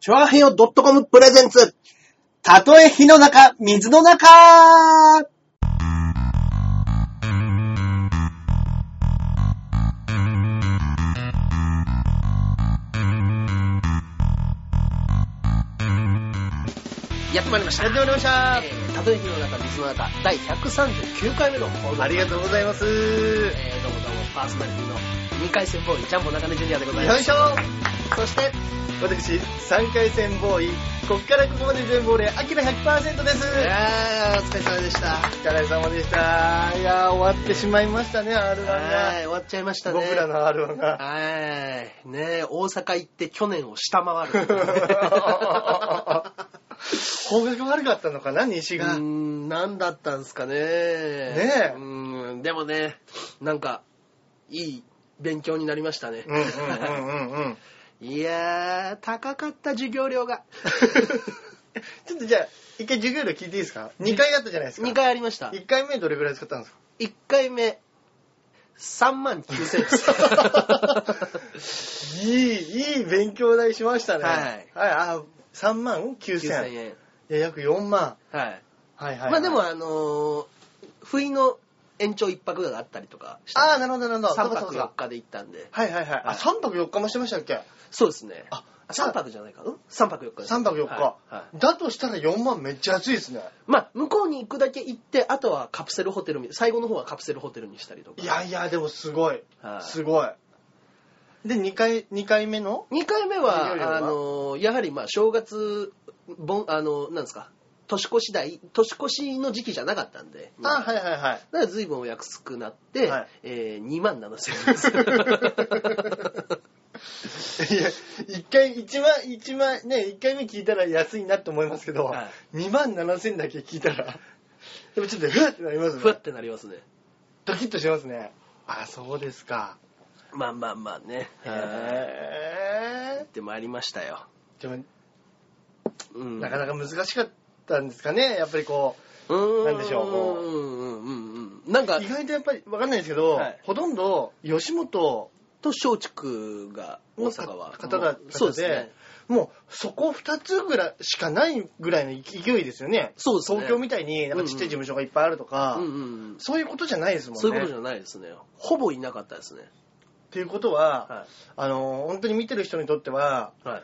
チョアヘヨ .com プレゼンツ。たとえ火の中、水の中。やってまいりました。 やってまいりました。 たとえ火の中、水の中、第139回目の放送。 ありがとうございます。 どうもパーソナリティの2回戦ボーイ、ジャンボ中根ジュニアでございます。 よいしょ。 そして、 私、3回戦ボーイ、こっからここまで全部俺、アキラ 100% です。 お疲れ様でした。 お疲れ様でした。いやー、終わってしまいましたね、R1 が。 はい、終わっちゃいましたね。 僕らの R1 が。 はい。ねえ、大阪行って去年を下回る。 方角悪かったのかな、西が。 なんだったんですかね。 ねえ。でもね、なんか、いい勉強になりましたね。いやー、高かった授業料が。 ちょっとじゃあ、一回授業料聞いていいですか？ 2 回あったじゃないですか。 2回ありました。 1回目どれぐらい使ったんですか ？1回目、39,000です。 いい勉強代しましたね。 はい。 はい、あ、39,000円。いや、約4万。 はい。 はいはい。 まあでも不意の延長1泊があったりとかした。 ああ、なるほどなるほど。 3泊4日で行ったんで。 はいはいはい。あ、3泊4日もしてましたっけ？ そうですね。あ、3泊じゃないか。3泊4日です。 3泊4日。だとしたら4万めっちゃ安いですね。 まあ、向こうに行くだけ行って、あとはカプセルホテルに、最後の方はカプセルホテルにしたりとか。 いやいや、でもすごい。すごい。で、2回目の ?2 回目は、やはりまあ、正月、なんですか。年越しの時期じゃなかったんで。 あ、はいはいはい。 だから随分お安くなって、27,000円です。 いや、1万、ね、1回目聞いたら安いなって思いますけど、はい、27,000だけ聞いたら、でもちょっとふわってなりますね。 ふわってなりますね。 ドキッとしますね。あ、そうですか。 まあね。行ってまいりましたよ。 でも、なかなか難しかったんですかね、やっぱりこう、なんでしょう、なんか、意外とやっぱりわかんないですけど、はい、ほとんど吉本と松竹が大阪は方で、ね、もうそこ2つぐらいしかないぐらいの勢いですよね。 そうですね。 東京みたいになんかちっちゃい事務所がいっぱいあるとか、そういうことじゃないですもんね。 そういうことじゃないですね。ほぼいなかったですね。 っていうことは、はい、本当に見てる人にとっては、はい、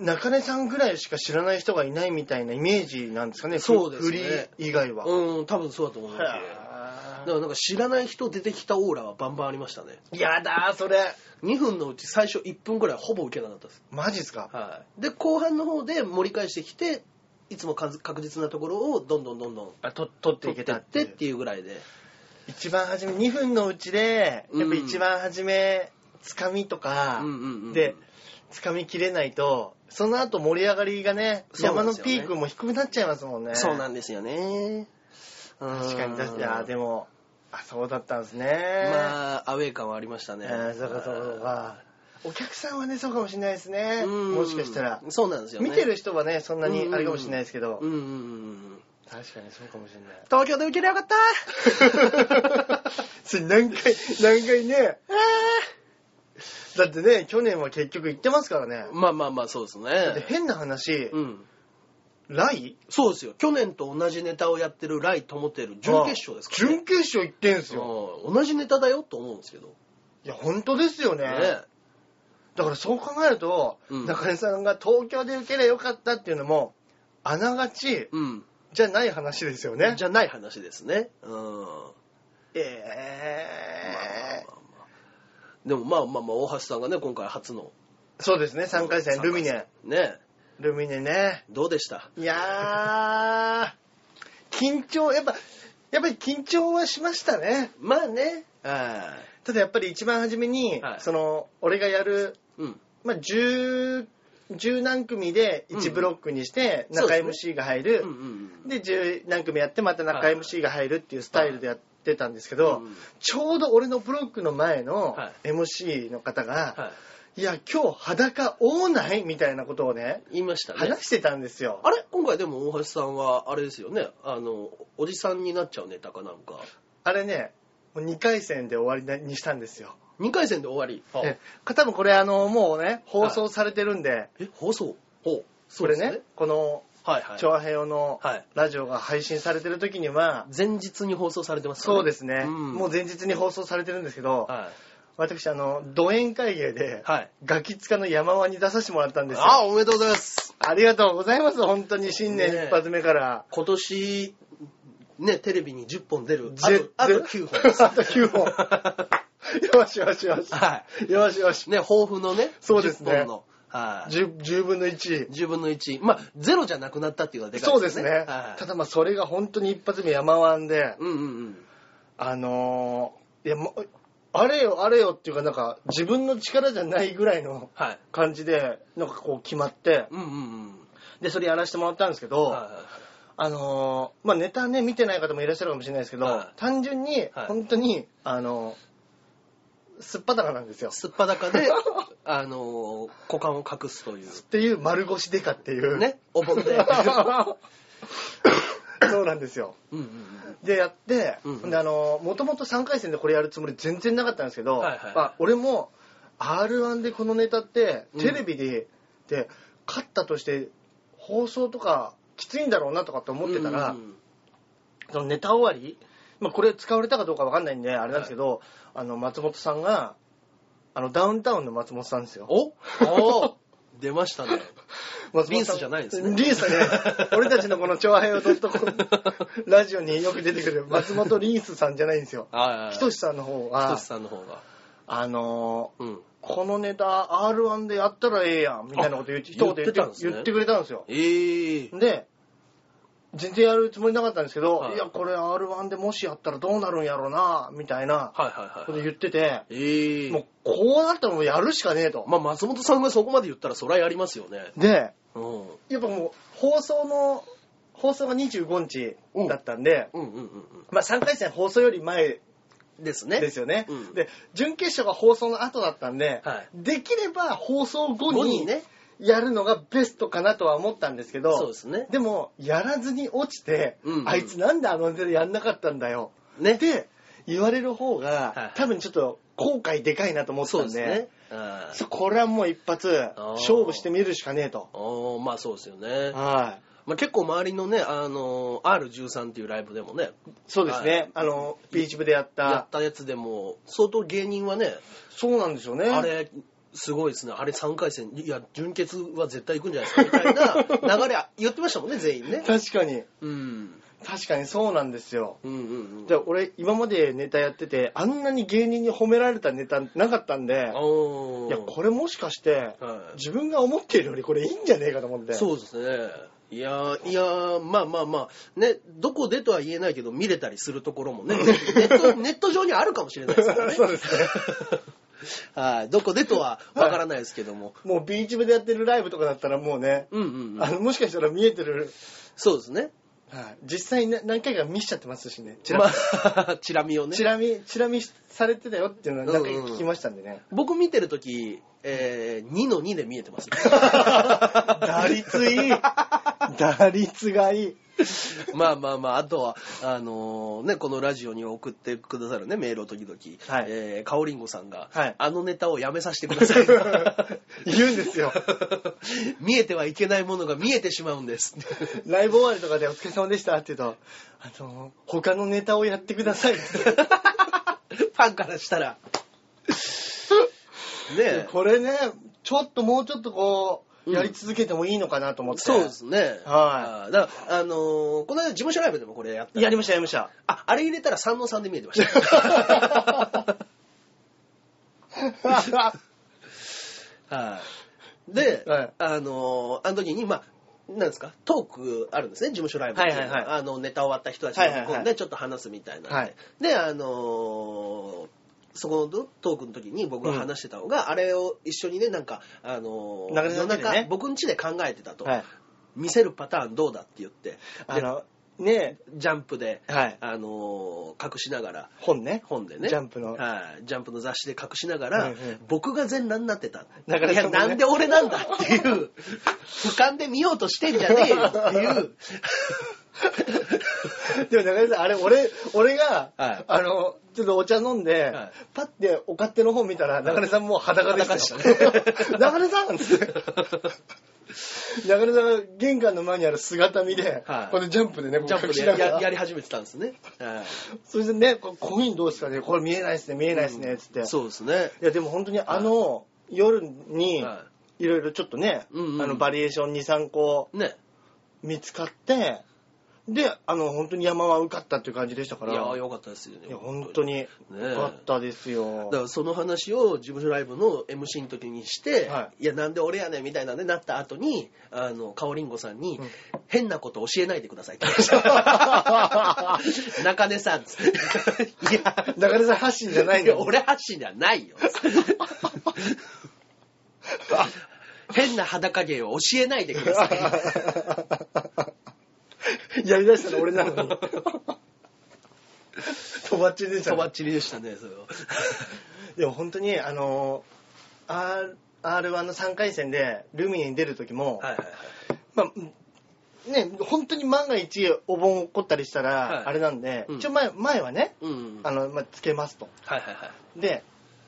中根さんぐらいしか知らない人がいないみたいなイメージなんですかね。 そうですね。 フリー以外は。 多分そうだと思いますね。だからなんか知らない人出てきたオーラはバンバンありましたね。 やだー、それ。 2分のうち最初1分ぐらいほぼ受けなかったです。 マジっすか？ はい。で、後半の方で盛り返してきて、いつも確実なところをどんどん取っていけたっていうぐらいで。 一番初め、2分のうちで、やっぱ一番初め、つかみとか、で、つかみきれないと、その後盛り上がりがね、山のピークも低くなっちゃいますもんね。 そうなんですよね。 確かに、いや、でも、そうだったんですね。 まあ、アウェー感はありましたね。 そうか。お客さんはね、そうかもしれないですね。もしかしたら。 そうなんですよね。 見てる人はね、そんなにあれかもしれないですけど。確かにそうかもしれない。 東京で受けりゃよかったそれ何回ね。だってね、去年は結局行ってますからね。 まあ、そうですね。 だって変な話、ライ？ そうですよ。去年と同じネタをやってるライ・トモテル準決勝ですからね。 準決勝行ってんすよ。 同じネタだよと思うんですけど。 いや、本当ですよね。だからそう考えると、中根さんが東京で受けりゃよかったっていうのも、あながち、じゃない話ですよね。 じゃない話ですね。でもまあ、大橋さんがね、今回初の。 そうですね、3回戦、ルミネ。 ね。 ルミネね。 どうでした？ いやー、緊張、やっぱり緊張はしましたね。 まあね。 ただやっぱり一番初めに、俺がやる、まあ、十何組で1ブロックにして中 MC が入る、で10何組やってまた中 MC が入るっていうスタイルでやってたんですけど、ちょうど俺のブロックの前の MC の方が、いや今日裸多ないみたいなことをね言いましたね。 話してたんですよ。 あれ今回でも大橋さんはあれですよね、おじさんになっちゃうネタかなんか。 あれねもう2回戦で終わりにしたんですよ。 2回戦で終わり。 多分これもうね、放送されてるんで。 放送？ これね、この、チョアヘヨのラジオが配信されてる時には、 前日に放送されてますかね。 そうですね。もう前日に放送されてるんですけど、私、ド演会芸で、ガキ使の山輪に出させてもらったんですよ。 おめでとうございます。 ありがとうございます。本当に新年一発目から。 今年、ね、テレビに10本出る。あと9本です。 あと9本。よしよしよし。よしよし。 ね、抱負のね、 そうですね。 10本の。 10分の1。 10分の1。まあ、ゼロじゃなくなったっていうのはでかいですね。そうですね。ただまあ、それが本当に一発目山湾で、いや、あれよあれよっていうか、なんか自分の力じゃないぐらいの感じで、なんかこう決まって、で、それやらせてもらったんですけど、まあ、ネタね、見てない方もいらっしゃるかもしれないですけど、単純に、本当に、すっぱだかなんですよ。 すっぱだかで、股間を隠すという。 っていう丸腰デカっていう。 ね、お盆で。 そうなんですよ。で、やって、もともと3回戦でこれやるつもり全然なかったんですけど、俺も R1 でこのネタって、テレビで、勝ったとして放送とかきついんだろうなとかって思ってたら、そのネタ終わり、まあこれ使われたかどうかわかんないんで、あれなんですけど、松本さんが、ダウンタウンの松本さんですよ。 お出ましたね。リンスじゃないですね。 リンスね。俺たちのこのチョアヘヨ.comラジオによく出てくる松本リンスさんじゃないんですよ。ひとしさんの方が。このネタ R1 でやったらええやんみたいなこと言ってくれたんですよ。で、全然やるつもりなかったんですけど、いや、これ R1 でもしやったらどうなるんやろうな、みたいなこと言ってて、もうこうなったらもうやるしかねえと。 まあ、松本さんがそこまで言ったらそりゃやりますよね。 で、やっぱもう放送が25日だったんで、まあ3回戦放送より前ですね。ですよね。で、準決勝が放送の後だったんで、できれば放送後にね、やるのがベストかなとは思ったんですけど、 そうですね。 でも、やらずに落ちて、あいつなんでネタでやんなかったんだよ。ね。って言われる方が、多分ちょっと後悔でかいなと思ったんで、そうですね。これはもう一発、勝負してみるしかねえと。 まあそうですよね。まあ、結構周りのね、R13 っていうライブでもね。 そうですね。ビーチ部でやったやつでも、相当芸人はね。 そうなんですよね。 あれ、すごいですね。あれ3回戦、いや、準決は絶対行くんじゃないですか、みたいな流れ言ってましたもんね、全員ね。 確かに。確かにそうなんですよ。で、俺、今までネタやってて、あんなに芸人に褒められたネタなかったんで、いや、これもしかして、自分が思っているよりこれいいんじゃねえかと思って。 そうですね。いや、まあ、ね、どこでとは言えないけど、見れたりするところもね、ネット上にあるかもしれないですからね。 そうですね。 どこでとはわからないですけども。 もうビーチ部でやってるライブとかだったらもうね、もしかしたら見えてる。 そうですね。 実際に何回か見しちゃってますしね。 チラ見をね。 チラ見されてたよっていうのは何回か聞きましたんでね。 僕見てるとき、2の2で見えてます。 打率いい。打率がいい。 まあ、あとは、ね、このラジオに送ってくださるね、メールを時々、かおりんごさんが、ネタをやめさせてください。 言うんですよ。 見えてはいけないものが見えてしまうんです。 ライブ終わりとかでお疲れ様でしたって言うと、他のネタをやってください。ファンからしたら。 ね、これね、もうちょっとこう、やり続けてもいいのかなと思って。 そうですね。だから、この間事務所ライブでもこれやりました。 あれ入れたら3の3で見えてました。で、あの時に、なんですか、トークあるんですね、事務所ライブって。ネタ終わった人たちがね、ちょっと話すみたいな。で、そこのトークの時に僕が話してたのが、あれを一緒にね、なんか、夜中、僕ん家で考えてたと。見せるパターンどうだって言って。ね、ジャンプで、隠しながら。 本でね。 ジャンプの雑誌で隠しながら、僕が全裸になってた。いや、なんで俺なんだっていう、俯瞰で見ようとしてんじゃねえよっていう。 でも中根さん、あれ、俺が、はい、ちょっとお茶飲んで、はい、パッてお勝手の方見たら、中根さんもう裸でしたよ。中根さんって。中根さんが玄関の前にある姿見で、はい、これジャンプでね、 ジャンプで やり始めてたんですね。 はい、それでね、コインどうですかね、これ見えないですね、見えないですね、つって。 そうですね。 いや、でも本当に夜に、いろいろちょっとね、バリエーション2、3個、ね、見つかって、で、本当に山は受かったっていう感じでしたから。 いや、よかったですよね。 いや、本当に、よかったですよ。 だからその話を事務所ライブの MC の時にして、はい、いや、なんで俺やねんみたいなね、なった後に、かおりんごさんに、変なこと教えないでくださいって言いました。中根さん、つって。 いや、中根さん発信じゃないんだよ。 俺発信ではないよ。変な裸芸を教えないでください。 やりだしたの俺なのに。とばっちりでしたね。 とばっちりでしたね、それは。 でも本当に、R1 の3回戦でルミネに出る時も、はいはいはい、まあ、ね、本当に万が一お盆起こったりしたら、あれなんで、一応前はね、つけますと。はいはいはい。で、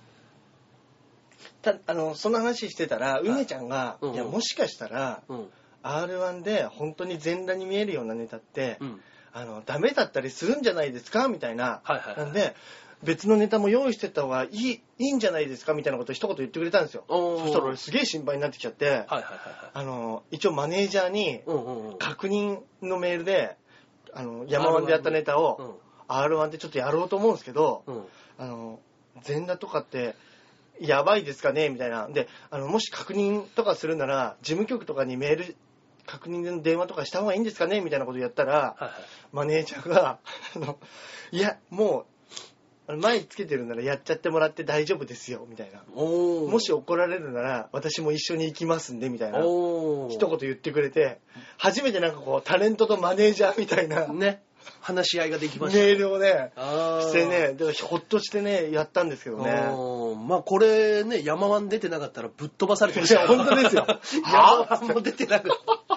その話してたら、梅ちゃんが、いや、もしかしたら、R1 で本当に全裸に見えるようなネタって、ダメだったりするんじゃないですかみたいな。なんで、別のネタも用意してった方がいいんじゃないですかみたいなことを一言言ってくれたんですよ。そしたら俺すげえ心配になってきちゃって、一応マネージャーに確認のメールで、山1でやったネタを R1 でちょっとやろうと思うんですけど、全裸とかって、やばいですかねみたいな。で、もし確認とかするなら、事務局とかにメール、確認の電話とかした方がいいんですかねみたいなことをやったら、マネージャーが、いや、もう、前つけてるならやっちゃってもらって大丈夫ですよ、みたいな。もし怒られるなら、私も一緒に行きますんで、みたいな。一言言ってくれて、初めてなんかこう、タレントとマネージャーみたいな。 ね。話し合いができました、 ね。メールをね、してね、でほっとしてね、やったんですけどね。 まあこれね、山ワン出てなかったらぶっ飛ばされてましたよ。いや、本当ですよ。 山ワンも出てなかった。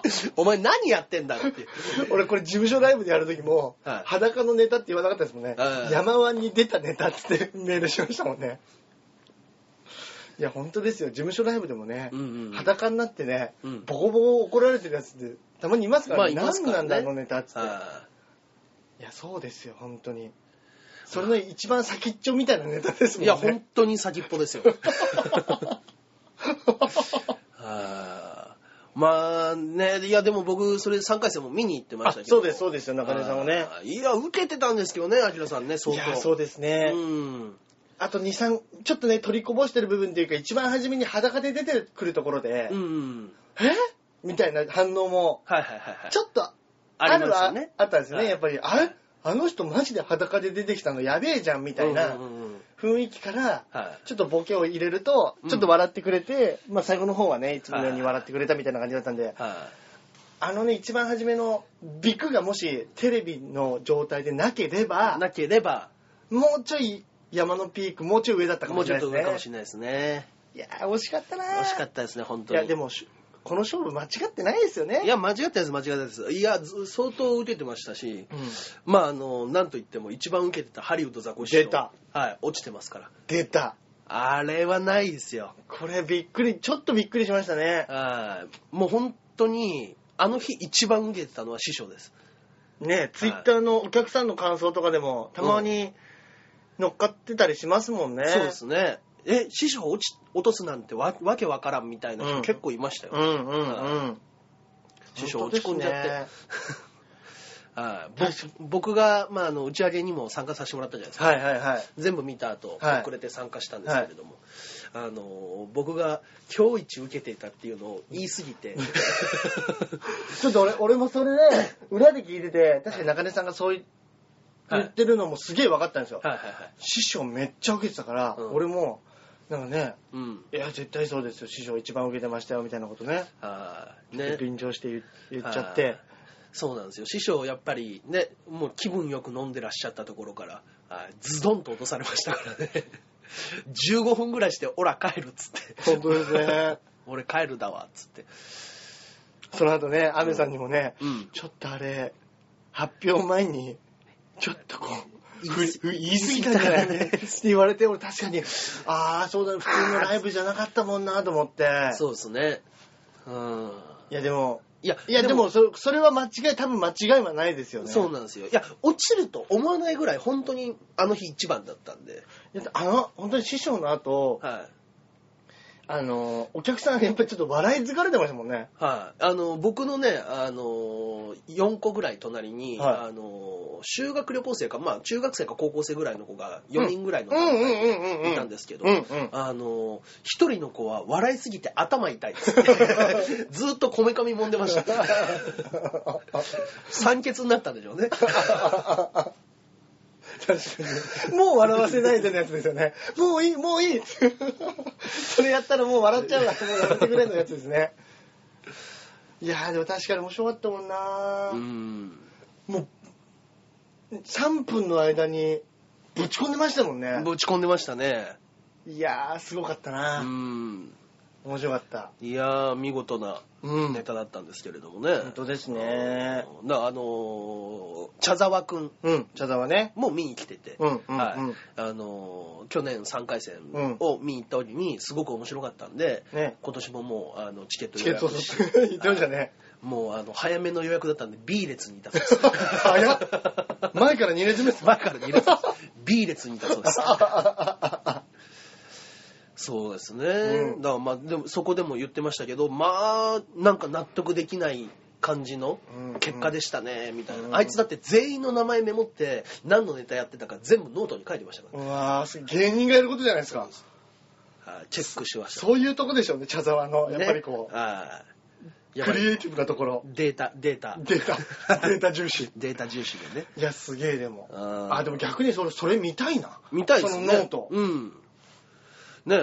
お前何やってんだって。 俺これ事務所ライブでやるときも、裸のネタって言わなかったですもんね。山ワンに出たネタってメールしましたもんね。いや、本当ですよ。事務所ライブでもね、裸になってね、ボコボコ怒られてるやつってたまにいますからね。何なんだあのネタっつって。いや、そうですよ、本当に。それの一番先っちょみたいなネタですもんね。 いや、本当に先っぽですよ。まあね、いや、でも僕、それ3回戦も見に行ってましたけど。 そうですよ、中根さんもね。 いや、受けてたんですけどね、アキラさんね、相当。 いや、そうですね。あと2、3、ちょっとね、取りこぼしてる部分というか、一番初めに裸で出てくるところで、みたいな反応も、ちょっと、あったんですよね、やっぱり。あの人マジで裸で出てきたのやべえじゃんみたいな雰囲気から、ちょっとボケを入れると、ちょっと笑ってくれて、まあ最後の方はね、いつものように笑ってくれたみたいな感じだったんで、一番初めのビクがもしテレビの状態でなければ、もうちょい山のピーク、もうちょい上だったかもしれないですね。 もうちょっと上かもしれないですね。 いやー、惜しかったなー。 惜しかったですね、本当に。 いや、でも、この勝負間違ってないですよね。 いや、間違ってないです。いや、相当受けてましたし、まあ、なんといっても一番受けてたハリウッドザコシショウ。 出た。 はい、落ちてますから。 出た。 あれはないですよ。 これちょっとびっくりしましたね。 もう本当に、あの日一番受けてたのは師匠です。 ね、ツイッターのお客さんの感想とかでも、たまに乗っかってたりしますもんね。 そうですね。師匠落とすなんてわけわからんみたいな人結構いましたよ。師匠落ち込んじゃって。僕が、まあ、打ち上げにも参加させてもらったじゃないですか。全部見た後、遅れて参加したんですけれども、僕が今日一受けていたっていうのを言い過ぎて。 ちょっと俺もそれで、裏で聞いてて、確かに中根さんがそう言ってるのもすげえ分かったんですよ。師匠めっちゃ受けてたから、俺も、なんかね、いや、絶対そうですよ、師匠一番受けてましたよ、みたいなことね。便乗して言っちゃって。 そうなんですよ。師匠、やっぱりね、もう気分よく飲んでらっしゃったところから、ズドンと落とされましたからね。15分ぐらいして、オラ帰るっつって。 本当ですね。 俺帰るだわ、っつって。 その後ね、アメさんにもね、ちょっとあれ、 発表前に、ちょっとこう、言い過ぎたんじゃないって言われて、俺確かに、そうだ、普通のライブじゃなかったもんなと思って。 そうですね。 いやでも、いやでもそれは多分間違いはないですよね。 そうなんですよ。いや、落ちると思わないぐらい本当にあの日一番だったんで。 本当に師匠の後、 はい。 お客さんやっぱりちょっと笑い疲れてましたもんね。 はい。僕のね、4個ぐらい隣に、修学旅行生か、まあ、中学生か高校生ぐらいの子が4人ぐらいの子がいたんですけど、1人の子は笑いすぎて頭痛いっつって、ずっとこめかみ揉んでました。酸欠になったんでしょうね。 確かに。もう笑わせないでのやつですよね。もういいそれやったらもう笑っちゃうわ。もうやめてくれのやつですね。いやーでも確かに面白かったもんな。もう、3分の間にぶち込んでましたもんね。 ぶち込んでましたね。 いやーすごかったな。面白かった。 いやー見事なネタだったんですけれどもね。 本当ですね。 茶沢くん。 茶沢ね。 もう見に来てて。はい。去年3回戦を見に行った時にすごく面白かったんで、今年ももうチケット予約して。言ってましたね。 もう早めの予約だったんで B 列にいたそうです。 早っ。前から2列目です。 前から2列。B 列にいたそうです。そうですね。だからまあでもそこでも言ってましたけど、まあなんか納得できない感じの結果でしたねみたいな。あいつだって全員の名前メモって何のネタやってたか全部ノートに書いてましたから。 うわー、芸人がやることじゃないですか。 チェックしました。 そういうとこでしょうね、茶沢のやっぱりこう。クリエイティブなところ。 データ重視。 データ重視でね。 いや、すげえでも。でも逆にそれ見たいな。 見たいですね。 そのノート。 ね、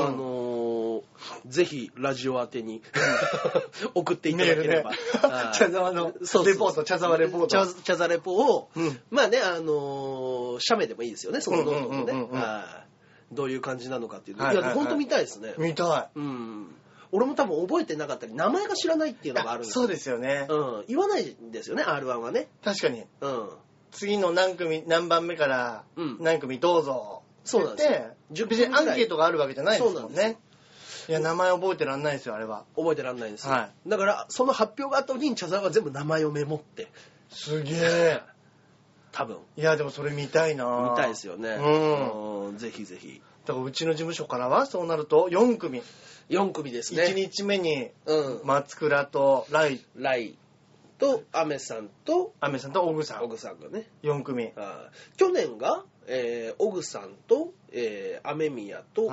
ぜひラジオ宛てに送っていただければ。 茶沢のレポート、茶沢レポート。 茶沢レポを、まあね、写メでもいいですよね、そのノートのね。どういう感じなのかっていうの。いや、ほんと見たいですね。 見たい。 俺も多分覚えてなかったり、名前が知らないっていうのがあるんですよ。 そうですよね。 言わないんですよね、R1 はね。 確かに。次の何番目から何組どうぞ。そうなんですよ。別にアンケートがあるわけじゃないですもんね。いや、名前覚えてらんないですよ、あれは。 覚えてらんないんですよ。だから、その発表があった時に茶沢は全部名前をメモって。 すげえ。 多分。 いや、でもそれ見たいな。 見たいですよね。ぜひぜひ。 だからうちの事務所からは、そうなると4組。 4組ですね。 1日目に、松倉とライと、アメさんとオグさん。 オグさんがね。 4組。 去年が、オグさんと、アメミヤと、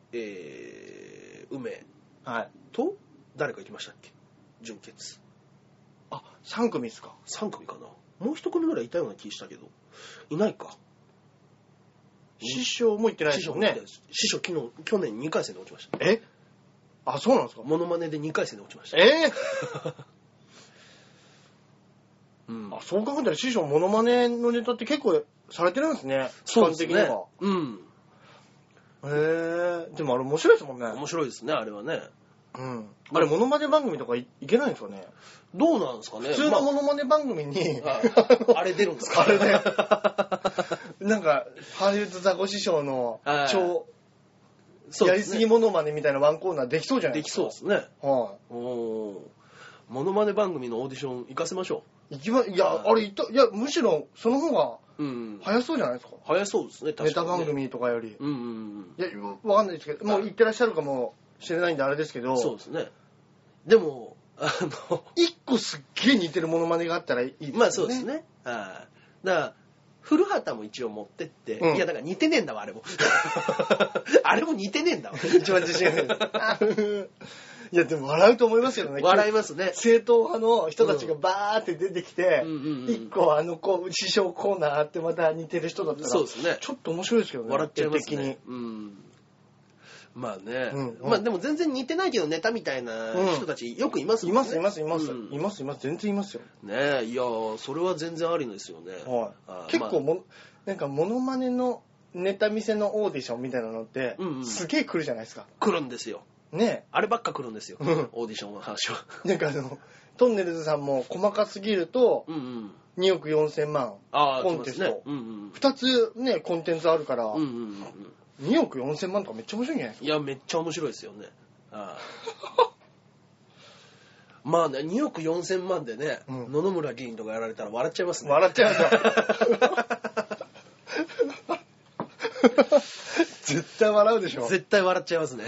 梅と、誰か行きましたっけ？準決。 3組ですか？ 3 組かな。もう1組ぐらいいたような気したけど。いないか。 師匠も行ってないですよね。 師匠去年2回戦で落ちました。 そうなんですか？ モノマネで2回戦で落ちました。 そう考えたら師匠モノマネのネタって結構されてるんですね。 そうですね。 的には。でもあれ面白いですもんね。 面白いですね、あれはね。 あれモノマネ番組とかいけないんですかね？ どうなんですかね。 普通のモノマネ番組に、 あれ出るんですか？ あれね。なんかハリウッドザコ師匠の超やりすぎモノマネみたいなワンコーナーできそうじゃないですか。 できそうですね。モノマネ番組のオーディション行かせましょう。 いや、あれいや、むしろその方が早そうじゃないですか。 早そうですね、確かに、ね。 ネタ番組とかより。いや、わかんないですけど、もう行ってらっしゃるかもしれないんであれですけど。 そうですね。でも、 一個すっげえ似てるモノマネがあったらいいですね。 まあそうですね。だから、古畑も一応持ってって、いやだから似てねえんだわ、あれも。あれも似てねえんだわ。 一番自信がない。いや、でも笑うと思いますよね。 笑いますね。 正統派の人たちがバーって出てきて、一個師匠コーナーあってまた似てる人だったら、 そうですね。 ちょっと面白いですけどね。 笑っちゃいますね。まあね。まあでも全然似てないけどネタみたいな人たちよくいますもんね。 います。全然いますよ。 ねえ、いやそれは全然ありですよね。 結構なんかモノマネのネタ見せのオーディションみたいなのって、すげえ来るじゃないですか。 来るんですよ。ね、あればっか来るんですよ、オーディションの話は。 なんかトンネルズさんも細かすぎると、 2億4000万コンテスト、ね、2つねコンテンツあるから、2億4000万とかめっちゃ面白いんじゃないですか。 いやめっちゃ面白いですよね。まあね、2億4000万でね、野々村議員とかやられたら笑っちゃいますね。 笑っちゃいますよ。絶対笑うでしょ。 絶対笑っちゃいますね。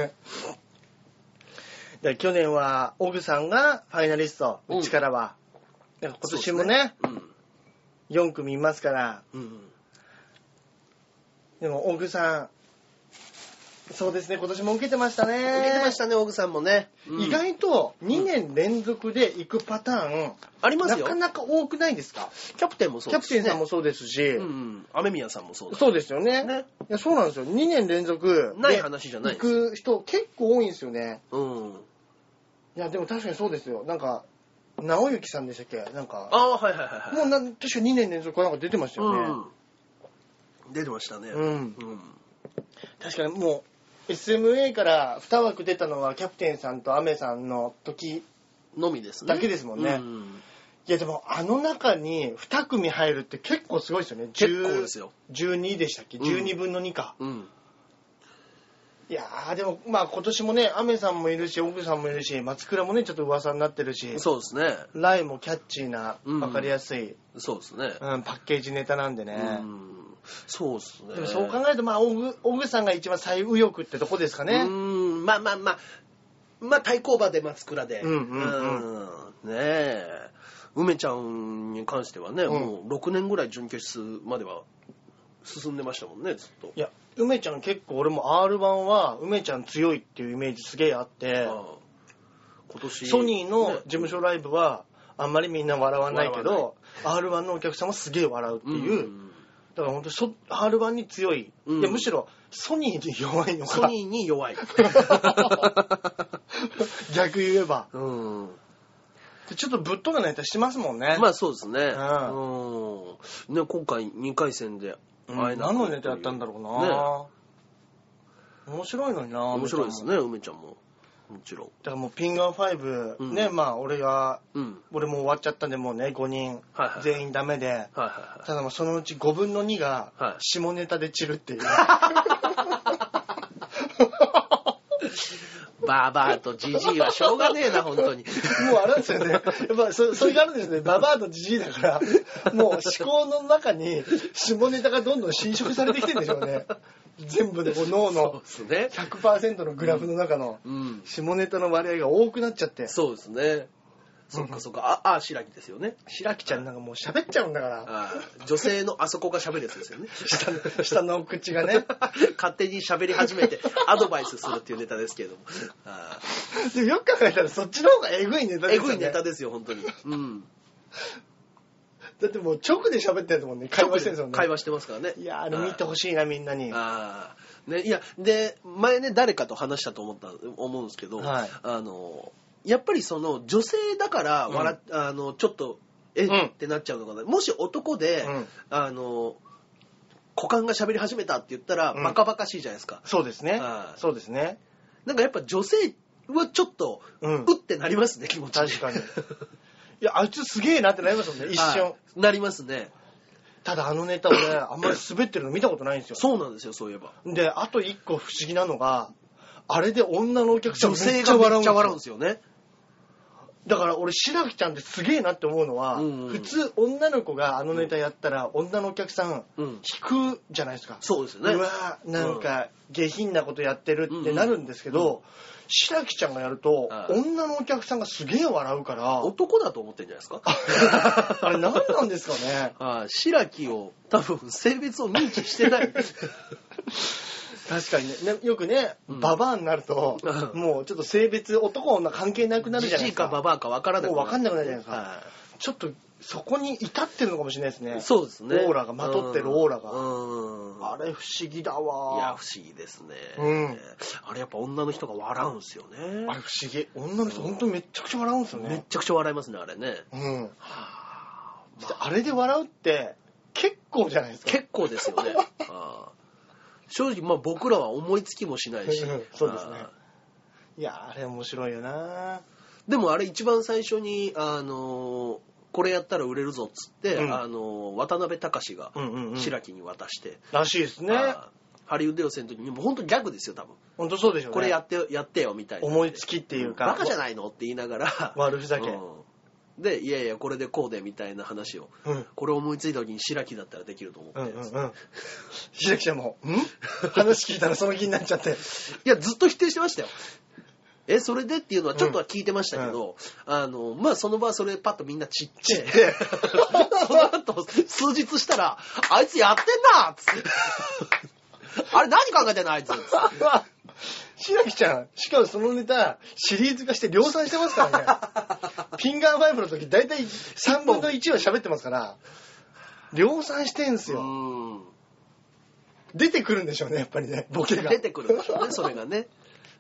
で去年はオグさんがファイナリスト、うちからは。今年もね、4組いますから。でもオグさん、そうですね、今年も受けてましたね。 受けてましたね、オグさんもね。 意外と2年連続で行くパターン、 ありますよ。 なかなか多くないですか。 キャプテンもそうですね。キャプテンさんもそうですし、 雨宮さんもそうです。 そうですよね。いや、そうなんですよ。2年連続ない話じゃない行く人結構多いんですよね。いや、でも確かにそうですよ。なんか、直行さんでしたっけ、なんか。 はいはいはい。 もう確か2年連続なんか出てましたよね。 出てましたね。 確かにもう、SMA から2枠出たのはキャプテンさんとアメさんの時のみですね。 だけですもんね。いやでもあの中に2組入るって結構すごいですよね。 結構ですよ。 12でしたっけ、12分の2か。いやーでもまあ今年もね、アメさんもいるし、オグさんもいるし、松倉もねちょっと噂になってるし。 そうですね。 ライもキャッチーな、わかりやすい。 そうですね。 パッケージネタなんでね。 そうですね。 でもそう考えると、まあ、オグさんが一番最右翼ってとこですかね。 まあ、対抗馬で松倉で。ねえ。梅ちゃんに関してはね、もう6年ぐらい準決勝までは進んでましたもんね、ずっと。 いや、梅ちゃん結構俺も R1 は梅ちゃん強いっていうイメージすげえあって、今年ソニーの事務所ライブはあんまりみんな笑わないけど、R1 のお客さんもすげえ笑うっていう、だから本当にR1 に強い、いやむしろソニーに弱いのか。 ソニーに弱い。 逆言えば。ちょっとぶっ飛んだネタしてますもんね。 まあそうですね。ね、今回2回戦で会えなくて、何のネタやったんだろうな。面白いのにな。 面白いですね、梅ちゃんも。もちろん。 だからもうピンガン5、ね、まあ俺も終わっちゃったんでもうね、5人全員ダメで、ただもうそのうち5分の2が下ネタで散るっていう。 ババアとジジイはしょうがねえな、本当に。 もうあれですよね。やっぱそれがあるんですね。ババアとジジイだから、もう思考の中に下ネタがどんどん侵食されてきてるんでしょうね。全部でこう脳の 100% のグラフの中の下ネタの割合が多くなっちゃって。 そうですね。そっかそっか。白木ですよね。 白木ちゃんなんかもう喋っちゃうんだから。 女性のあそこが喋るやつですよね。 下の口がね。 勝手に喋り始めてアドバイスするっていうネタですけれども。 でもよく考えたらそっちの方がエグいネタですよね。 エグいネタですよ、本当に。 だってもう直で喋ってるもんね。会話してるんですもんね。 会話してますからね。 いや、あれ見てほしいな、みんなに。 ね、いや、で、前ね、誰かと話したと思うんですけど、やっぱりその女性だからちょっとってなっちゃうのかな。もし男で、股間が喋り始めたって言ったら、バカバカしいじゃないですか。 そうですね。そうですね。 なんかやっぱ女性はちょっと、うってなりますね、気持ち。 確かに。いや、あいつすげえなってなりますもんね、一瞬。 なりますね。 ただあのネタ俺、あんまり滑ってるの見たことないんですよ。 そうなんですよ、そういえば。 で、あと一個不思議なのが、あれで女のお客さん女性がめっちゃ笑うんですよね。 だから俺白木ちゃんってすげえなって思うのは、普通女の子があのネタやったら女のお客さん引くじゃないですか。 そうですよね。 うわなんか下品なことやってるってなるんですけど、白木ちゃんがやると女のお客さんがすげえ笑うから。 男だと思ってんじゃないですか。 あれ何なんですかね。 白木を多分性別を認知してない。 確かにね、よくね、ババアになると、もうちょっと性別、男女関係なくなるじゃないですか。 ジジイかババアか分からなくなる。 もう分かんなくなるじゃないですか。ちょっと、そこに至ってるのかもしれないですね。 そうですね。 オーラが、まとってるオーラが。あれ不思議だわ。 いや、不思議ですね。あれやっぱ女の人が笑うんですよね。 あれ不思議。女の人本当にめっちゃくちゃ笑うんですよね。 めっちゃくちゃ笑いますね、あれね。 あれで笑うって、結構じゃないですか。 結構ですよね。正直、僕らは思いつきもしないし。 そうですね。いや、あれ面白いよな。 でもあれ一番最初に、ここれやったら売れるぞっつって、渡辺隆が白木に渡して、 らしいですね。 ハリウッド予選の時にもう本当ギャグですよ多分。 本当そうでしょうね。 これやってよみたいな。 思いつきっていうか。 バカじゃないのって言いながら。 悪ふざけ。 で、いやいやこれでこうでみたいな話を、これ思いついた時に白木だったらできると思って、 白木ちゃんも話聞いたらその気になっちゃって。 いやずっと否定してましたよ。それでっていうのはちょっとは聞いてましたけど、まあその場はそれパッとみんな散って、その後数日したらあいつやってんなっつってあれ何考えてんのあいつ白木ちゃん、しかもそのネタシリーズ化して量産してますからね。フィンガー5の時大体3分の1は喋ってますから量産してんすよ。出てくるんでしょうね、やっぱりね、ボケが出てくるんでしょうね、それがね。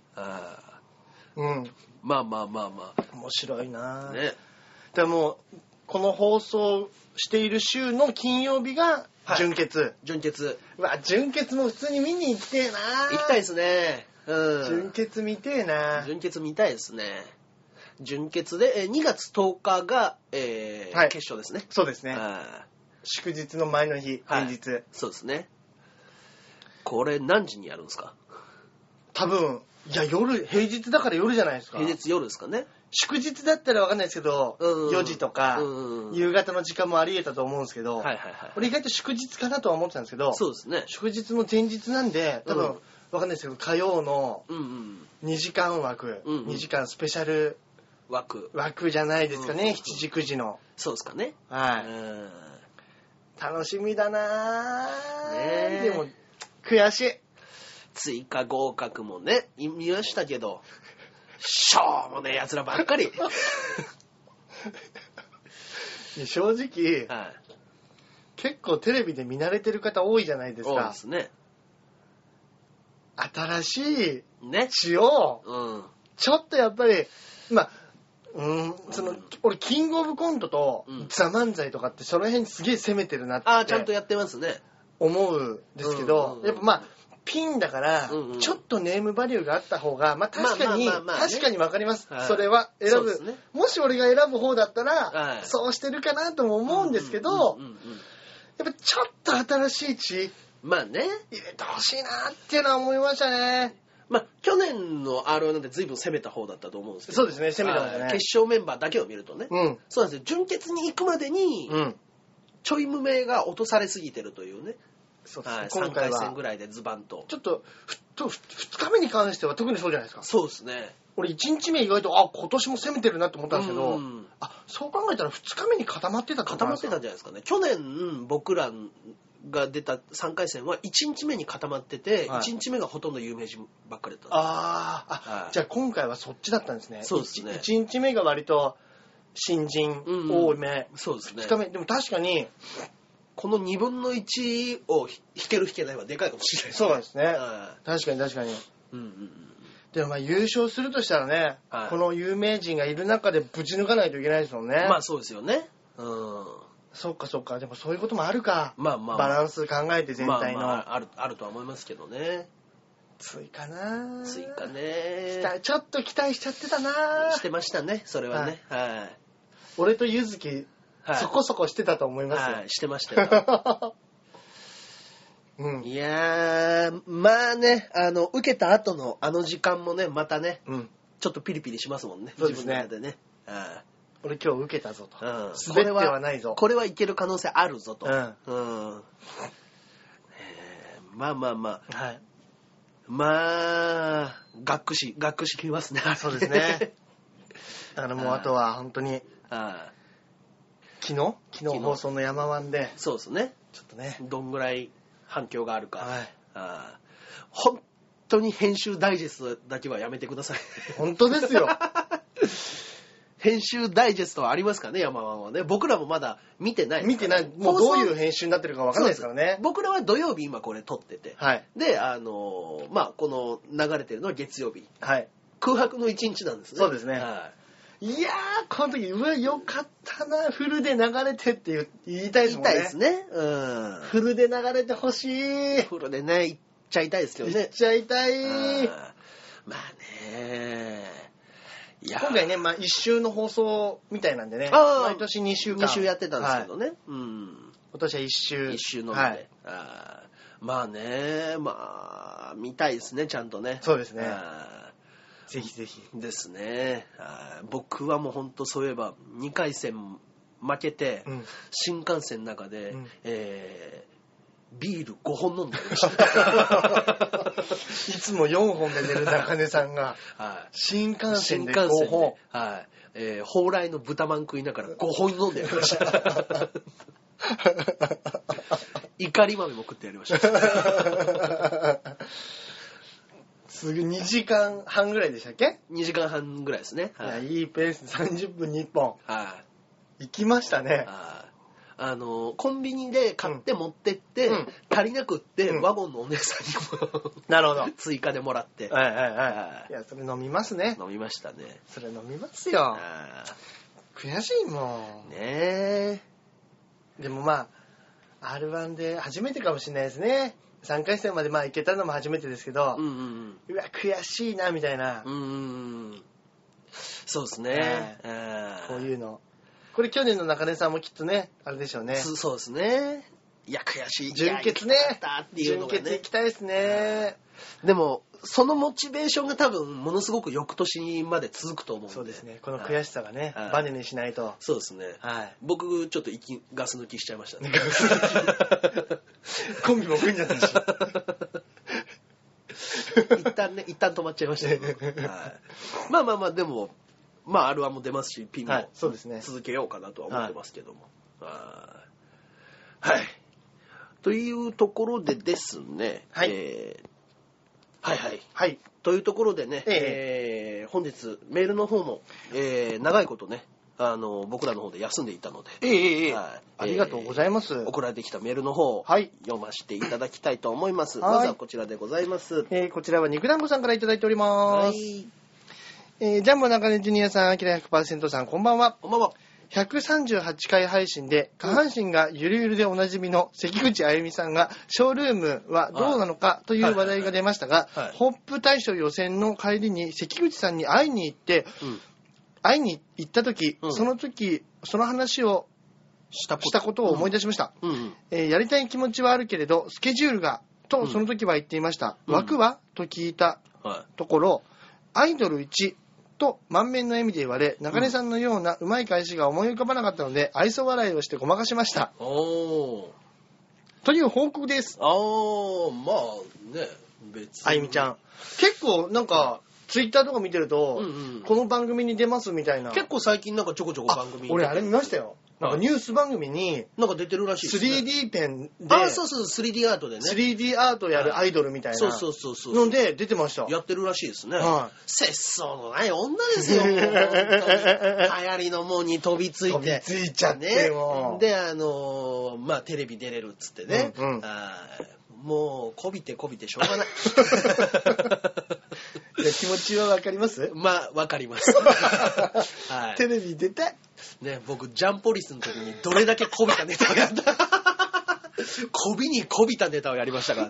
まあ面白いなね。でもこの放送している週の金曜日が純潔。 純潔。 純潔も普通に見に行きてえな。 行きたいですね。 純潔見てえな。 純潔見たいですね。純潔で2月10日が決勝ですね。 そうですね。祝日の前の日、平日。 そうですね。これ何時にやるんですか？ 多分いや夜、平日だから夜じゃないですか。 平日夜ですかね。 祝日だったら分かんないですけど、4時とか、夕方の時間もあり得たと思うんですけど、俺意外と祝日かなとは思ってたんですけど、 そうですね。 祝日の前日なんで、多分分かんないですけど、火曜の2時間枠、2時間スペシャル枠じゃないですかね、7時9時の。 そうですかね。 はい。楽しみだなぁ。でも、悔しい。 追加合格もね、見ましたけど、しょうもねえ奴らばっかり。 正直、結構テレビで見慣れてる方多いじゃないですか。 そうですね。 新しい血を、ちょっとやっぱり、俺、キングオブコントとザ・漫才とかってその辺すげえ攻めてるなって。 ちゃんとやってますね。 思うんですけど、やっぱピンだから、ちょっとネームバリューがあった方が、確かにわかります。それは選ぶ。もし俺が選ぶ方だったら、そうしてるかなとも思うんですけど、やっぱちょっと新しい血、入れてほしいなっていうのは思いましたね。 去年の R1 なんて随分攻めた方だったと思うんですけど。 そうですね、攻めた方だね。 決勝メンバーだけを見るとね。そうなんですよ。準決に行くまでに、ちょい無名が落とされすぎてるというね。 そうですね。 3回戦ぐらいでズバンと。 ちょっと、2日目に関しては特にそうじゃないですか。 そうですね。 俺1日目意外と、今年も攻めてるなって思ったんですけど、そう考えたら2日目に固まってたんじゃないですかね。去年僕らが出た3回戦は1日目に固まってて、1日目がほとんど有名人ばっかりだったんです。 じゃあ今回はそっちだったんですね。 そうですね。 1日目が割と新人多め。 そうですね。 2日目、でも確かに、 この2分の1を引ける引けないはでかいかもしれない。 そうですね。確かに。でも優勝するとしたらね、この有名人がいる中でぶち抜かないといけないですもんね。 そうですよね。 そっか。でもそういうこともあるか。バランス考えて全体の。 あるとは思いますけどね。 追加ね。 ちょっと期待しちゃってたな。 してましたね、それはね。 俺とゆずき、そこそこしてたと思いますよ。 してましたよ。いやー、受けた後の時間もね、またね、ちょっとピリピリしますもんね。 そうですね。 自分の中でね。 俺今日受けたぞと。滑ってはないぞ。 これはいける可能性あるぞと。学士きますね。 そうですね。もうあとは本当に、昨日放送の山ワンで。 そうですね。 ちょっとね。 どんぐらい反響があるか。本当に編集ダイジェストだけはやめてください。 本当ですよ。 編集ダイジェストはありますかね、山ワンはね。僕らもまだ見てない。 見てない。もうどういう編集になってるか分かんないですからね。 僕らは土曜日今これ撮ってて。で、この流れてるのは月曜日。空白の1日なんですね。 そうですね。いやー、この時、よかったな、フルで流れてって言いたいですもんね。 言いたいですね。 フルで流れてほしい。 フルでね、行っちゃいたいですけどね。 行っちゃいたい。 まあね。 今回ね、まあ1週の放送みたいなんでね、毎年2週間。 2週やってたんですけどね。うん。 今年は1週。 1週のみで。まあね、まあ、見たいですね、ちゃんとね。 そうですね。ぜひぜひ。 ですね。僕はもうほんとそういえば、2回戦負けて、新幹線の中で、ビール5本飲んでました。 いつも4本で寝る中根さんが、新幹線で5本。 蓬莱の豚まん食いながら5本飲んでやりました。怒り豆も食ってやりました。 すぐ2時間半ぐらいでしたっけ？ 2 時間半ぐらいですね。 いいペースで30分に1本。行きましたね。 コンビニで買って持ってって、足りなくって、ワゴンのお姉さんにもなるほど追加でもらって。いや、それ飲みますね。 飲みましたね。 それ飲みますよ。悔しいもん。 ねえ。 でもまあ、R1 で初めてかもしれないですね。3回戦までまあ行けたのも初めてですけど、うわ、悔しいな、みたいな。 そうですね。 こういうの。これ去年の中根さんもきっとね、あれでしょうね。 そうですね。いや、悔しい。 準決ね。準決行きたいですね。 でも、そのモチベーションが多分、ものすごく翌年まで続くと思うんで。 そうですね。この悔しさがね、バネにしないと。 そうですね。僕、ちょっとガス抜きしちゃいましたね。 ガス抜き。コンビも組んじゃったし。 一旦止まっちゃいましたけど。まあ、でも、まあ、R1 も出ますし、ピンも続けようかなとは思ってますけども。はい。というところでですね、はい。というところでね、本日メールの方も、長いことね、僕らの方で休んでいたので、 ありがとうございます。 送られてきたメールの方を読ませていただきたいと思います。まずはこちらでございます。 こちらは肉団子さんからいただいております。ジャンボ中根ジュニアさん、アキラ 100% さん、こんばんは。 こんばんは。 138回配信で下半身がゆるゆるでおなじみの関口あゆみさんがショールームはどうなのかという話題が出ましたが、ホップ大賞予選の帰りに関口さんに会いに行って、会いに行った時、その話をしたことを思い出しました。やりたい気持ちはあるけれど、スケジュールが、とその時は言っていました。枠はと聞いたところ、アイドル1、と満面の笑みで言われ、中根さんのようなうまい返しが思い浮かばなかったので、愛想笑いをしてごまかしました。という報告です。 まあね、別に。 あゆみちゃん。結構なんか、ツイッターとか見てると、この番組に出ますみたいな。 結構最近なんかちょこちょこ番組に。 俺あれ見ましたよ。なんかニュース番組に、 なんか出てるらしいですね。 3D ペンで、 そう、3D アートでね。 3D アートやるアイドルみたいな。 そう。 ので、出てました。 やってるらしいですね。 節操のない女ですよ、もう。流行りのもんに飛びついて。 飛びついちゃっても。 で、まあ、テレビ出れるっつってね。もう、こびてしょうがない。 気持ちはわかります？ まあ、わかります。 テレビ出たい。 ね、僕、ジャンポリスの時にどれだけこびたネタをやった。こびにこびたネタをやりましたから。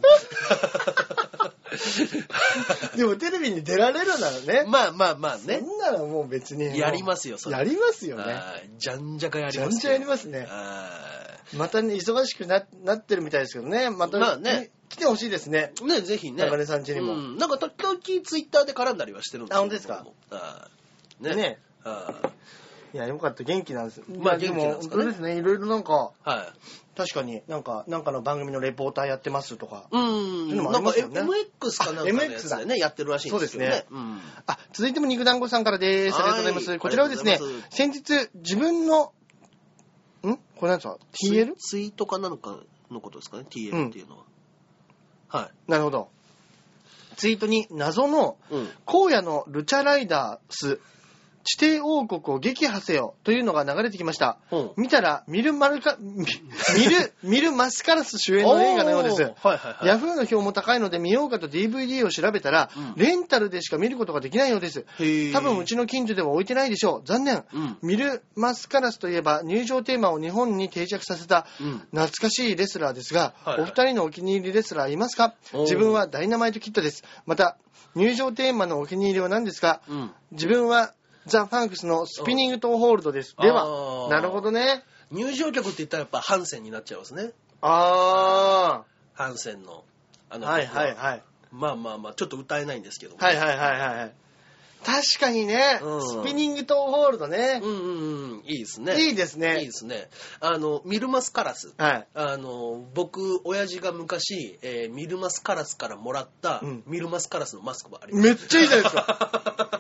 でもテレビに出られるならね。 まあね。 そんならもう別に。 やりますよ、それ。 やりますよね。 じゃんじゃかやります。 じゃんじゃやりますね。またね、忙しくなってるみたいですけどね。またね。来てほしいですね。 ね、ぜひね。 中根さん家にも。 なんか時々ツイッターで絡んだりはしてるんですよ。 本当ですか？ ね。 いや、よかった。元気なんです。 まあ、元気なんですかね。 本当ですね。いろいろなんか、確かになんかの番組のレポーターやってますとか。 なんか MX かなんかのやつでね、やってるらしいんですよね。 そうですね。続いても肉団子さんからです。ありがとうございます。こちらはですね、先日自分の、これなんですか ?TL？ ツイートかなんかのことですかね ?TL っていうのは。 なるほど。ツイートに謎の、荒野のルチャライダース、地底王国を撃破せよというのが流れてきました。見たらミルマスカラス主演の映画のようです。ヤフーの票も高いので見ようかと DVD を調べたら、レンタルでしか見ることができないようです。多分うちの近所では置いてないでしょう。残念。ミルマスカラスといえば入場テーマを日本に定着させた懐かしいレスラーですが、お二人のお気に入りレスラーいますか？自分はダイナマイトキッドです。また入場テーマのお気に入りは何ですか？自分はザ・ファンクスのスピニングトンホールドです。では、なるほどね。 入場曲って言ったらやっぱハンセンになっちゃいますね。 ハンセンの。 はいはいはい。 まあ、ちょっと歌えないんですけど。 はいはいはいはい。確かにね、スピニングトンホールドね。 いいですね。 いいですね。 いいですね。ミルマスカラス。 はい。 僕、親父が昔、ミルマスカラスからもらった、ミルマスカラスのマスクもあります。 めっちゃいいじゃないですか。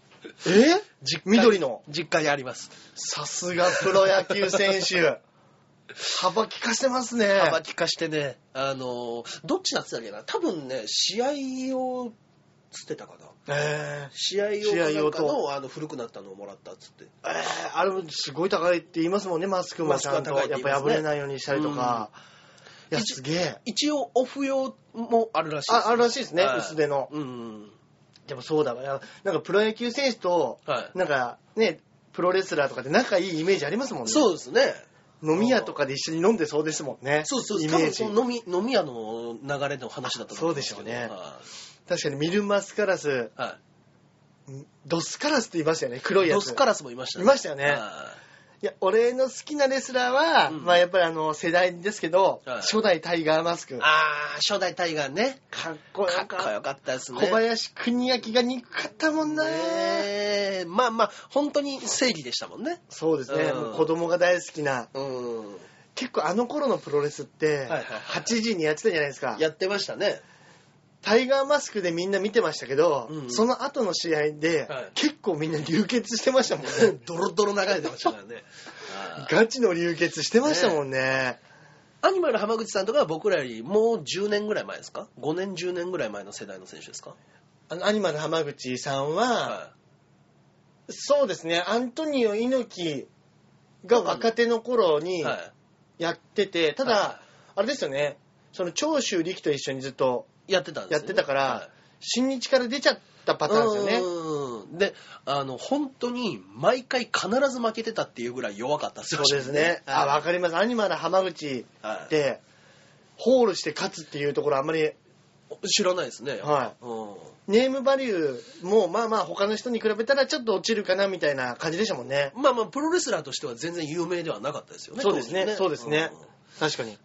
緑の。 実家にあります。 さすがプロ野球選手。幅利かしてますね。 幅利かしてね。どっちだってたっけな。多分ね、試合をつってたかな。試合用の古くなったのをもらったっつって。 あれすごい高いって言いますもんね、マスクもちゃんと。やっぱ破れないようにしたりとか。いや、すげえ。 一応オフ用もあるらしいです。あるらしいですね、薄手の。でもそうだわ。なんかプロ野球選手と、なんかね、プロレスラーとかって仲いいイメージありますもんね。 そうですね。 飲み屋とかで一緒に飲んでそうですもんね。 そう。イメージ。多分飲み屋の流れの話だったと思うんですけど。 そうでしょうね。確かにミルマスカラス、ドスカラスって言いましたよね、黒いやつ。 ドスカラスもいましたね。 いましたよね。いや、俺の好きなレスラーは、まあやっぱり世代ですけど、初代タイガーマスク。 初代タイガーね。 かっこよかったですね。 小林邦明が憎かったもんな。 まあ、本当に正義でしたもんね。 そうですね。子供が大好きな。結構あの頃のプロレスって、8時にやってたじゃないですか。 やってましたね。 タイガーマスクでみんな見てましたけど、その後の試合で、結構みんな流血してましたもんね。 ドロドロ流れてましたからね。 ガチの流血してましたもんね。 アニマル浜口さんとかは僕らよりもう10年ぐらい前ですか？5年10年ぐらい前の世代の選手ですか？ アニマル浜口さんは、そうですね、アントニオ猪木が若手の頃にやってて、ただ、あれですよね、その長州力と一緒にずっとやってたから、新日から出ちゃったパターンですよね。で、本当に毎回必ず負けてたっていうぐらい弱かったですよね。そうですね。わかります。アニマル浜口って、ホールして勝つっていうところあんまり知らないですね。 ネームバリューもまあ他の人に比べたらちょっと落ちるかなみたいな感じでしたもんね。 まあプロレスラーとしては全然有名ではなかったですよね。 そうですね。そうですね。確かに。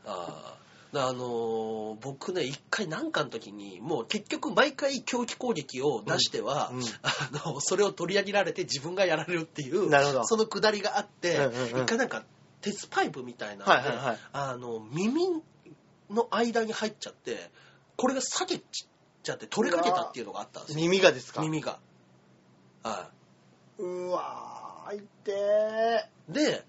僕ね、一回なんかの時に、もう結局毎回狂気攻撃を出しては、それを取り上げられて自分がやられるっていう、そのくだりがあって、一回なんか鉄パイプみたいなので、耳の間に入っちゃって、これが裂けちゃって取れかけたっていうのがあったんですよ。 耳がですか？ 耳が。 うわー、痛ー。で、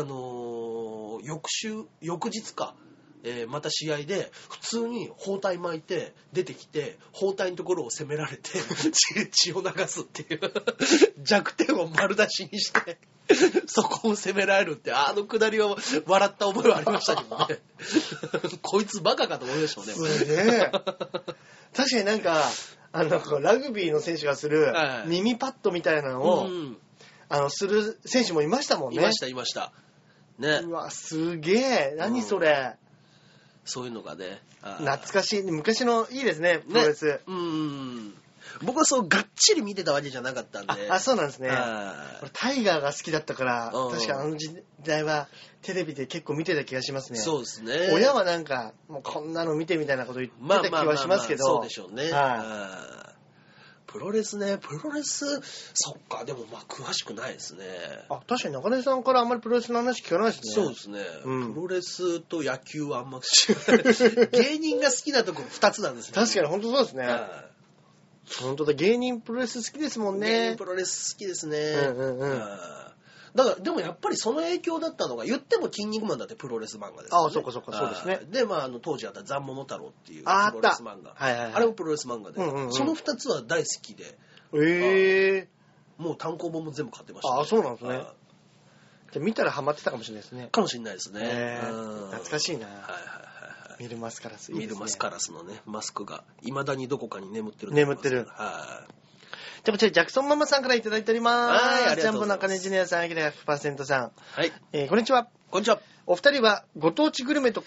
翌日か。また試合で普通に包帯巻いて出てきて包帯のところを攻められて血を流すっていう弱点を丸出しにしてそこを攻められるってくだりを笑った覚えはありましたけどねこいつバカかと思いましたね。 すげえ。確かになんかラグビーの選手がする耳パッドみたいなのを、する選手もいましたもんね。 いましたね。 うわすげえ。何それ。 そういうのがね。 懐かしい。昔のいいですね、プロレス。 僕はそうがっちり見てたわけじゃなかったんで。 そうなんですね。タイガーが好きだったから、確か時代はテレビで結構見てた気がしますね。 そうですね。 親はなんか、もうこんなの見てみたいなこと言ってた気はしますけど。 そうでしょうね。プロレス、そっか、でも詳しくないですね。 確かに中根さんからあんまりプロレスの話聞かないですね。 そうですね。プロレスと野球はあんま芸人が好きなとこ2つなんですね。 確かに本当そうですね。本当だ、芸人プロレス好きですもんね。 芸人プロレス好きですね。だからでもやっぱりその影響だったのが言っても筋肉マンだってプロレス漫画ですよね。 そうかそうですね。 で当時あったザンモノ太郎っていうプロレス漫画。あれもプロレス漫画で、その2つは大好きで。もう単行本も全部買ってました、 ね。そうなんですね。じゃ見たらハマってたかもしれないですね。 かもしれないですね。 懐かしいな。ミルマスカラスいいですね。 ミルマスカラスのねマスクが未だにどこかに眠ってる。 眠ってる。ジャクソンママさんからいただいております。ジャンボ中根ジュニアさん、アキラ 100% さん。 はい。 こんにちは。 こんにちは。 お二人はご当地グルメとか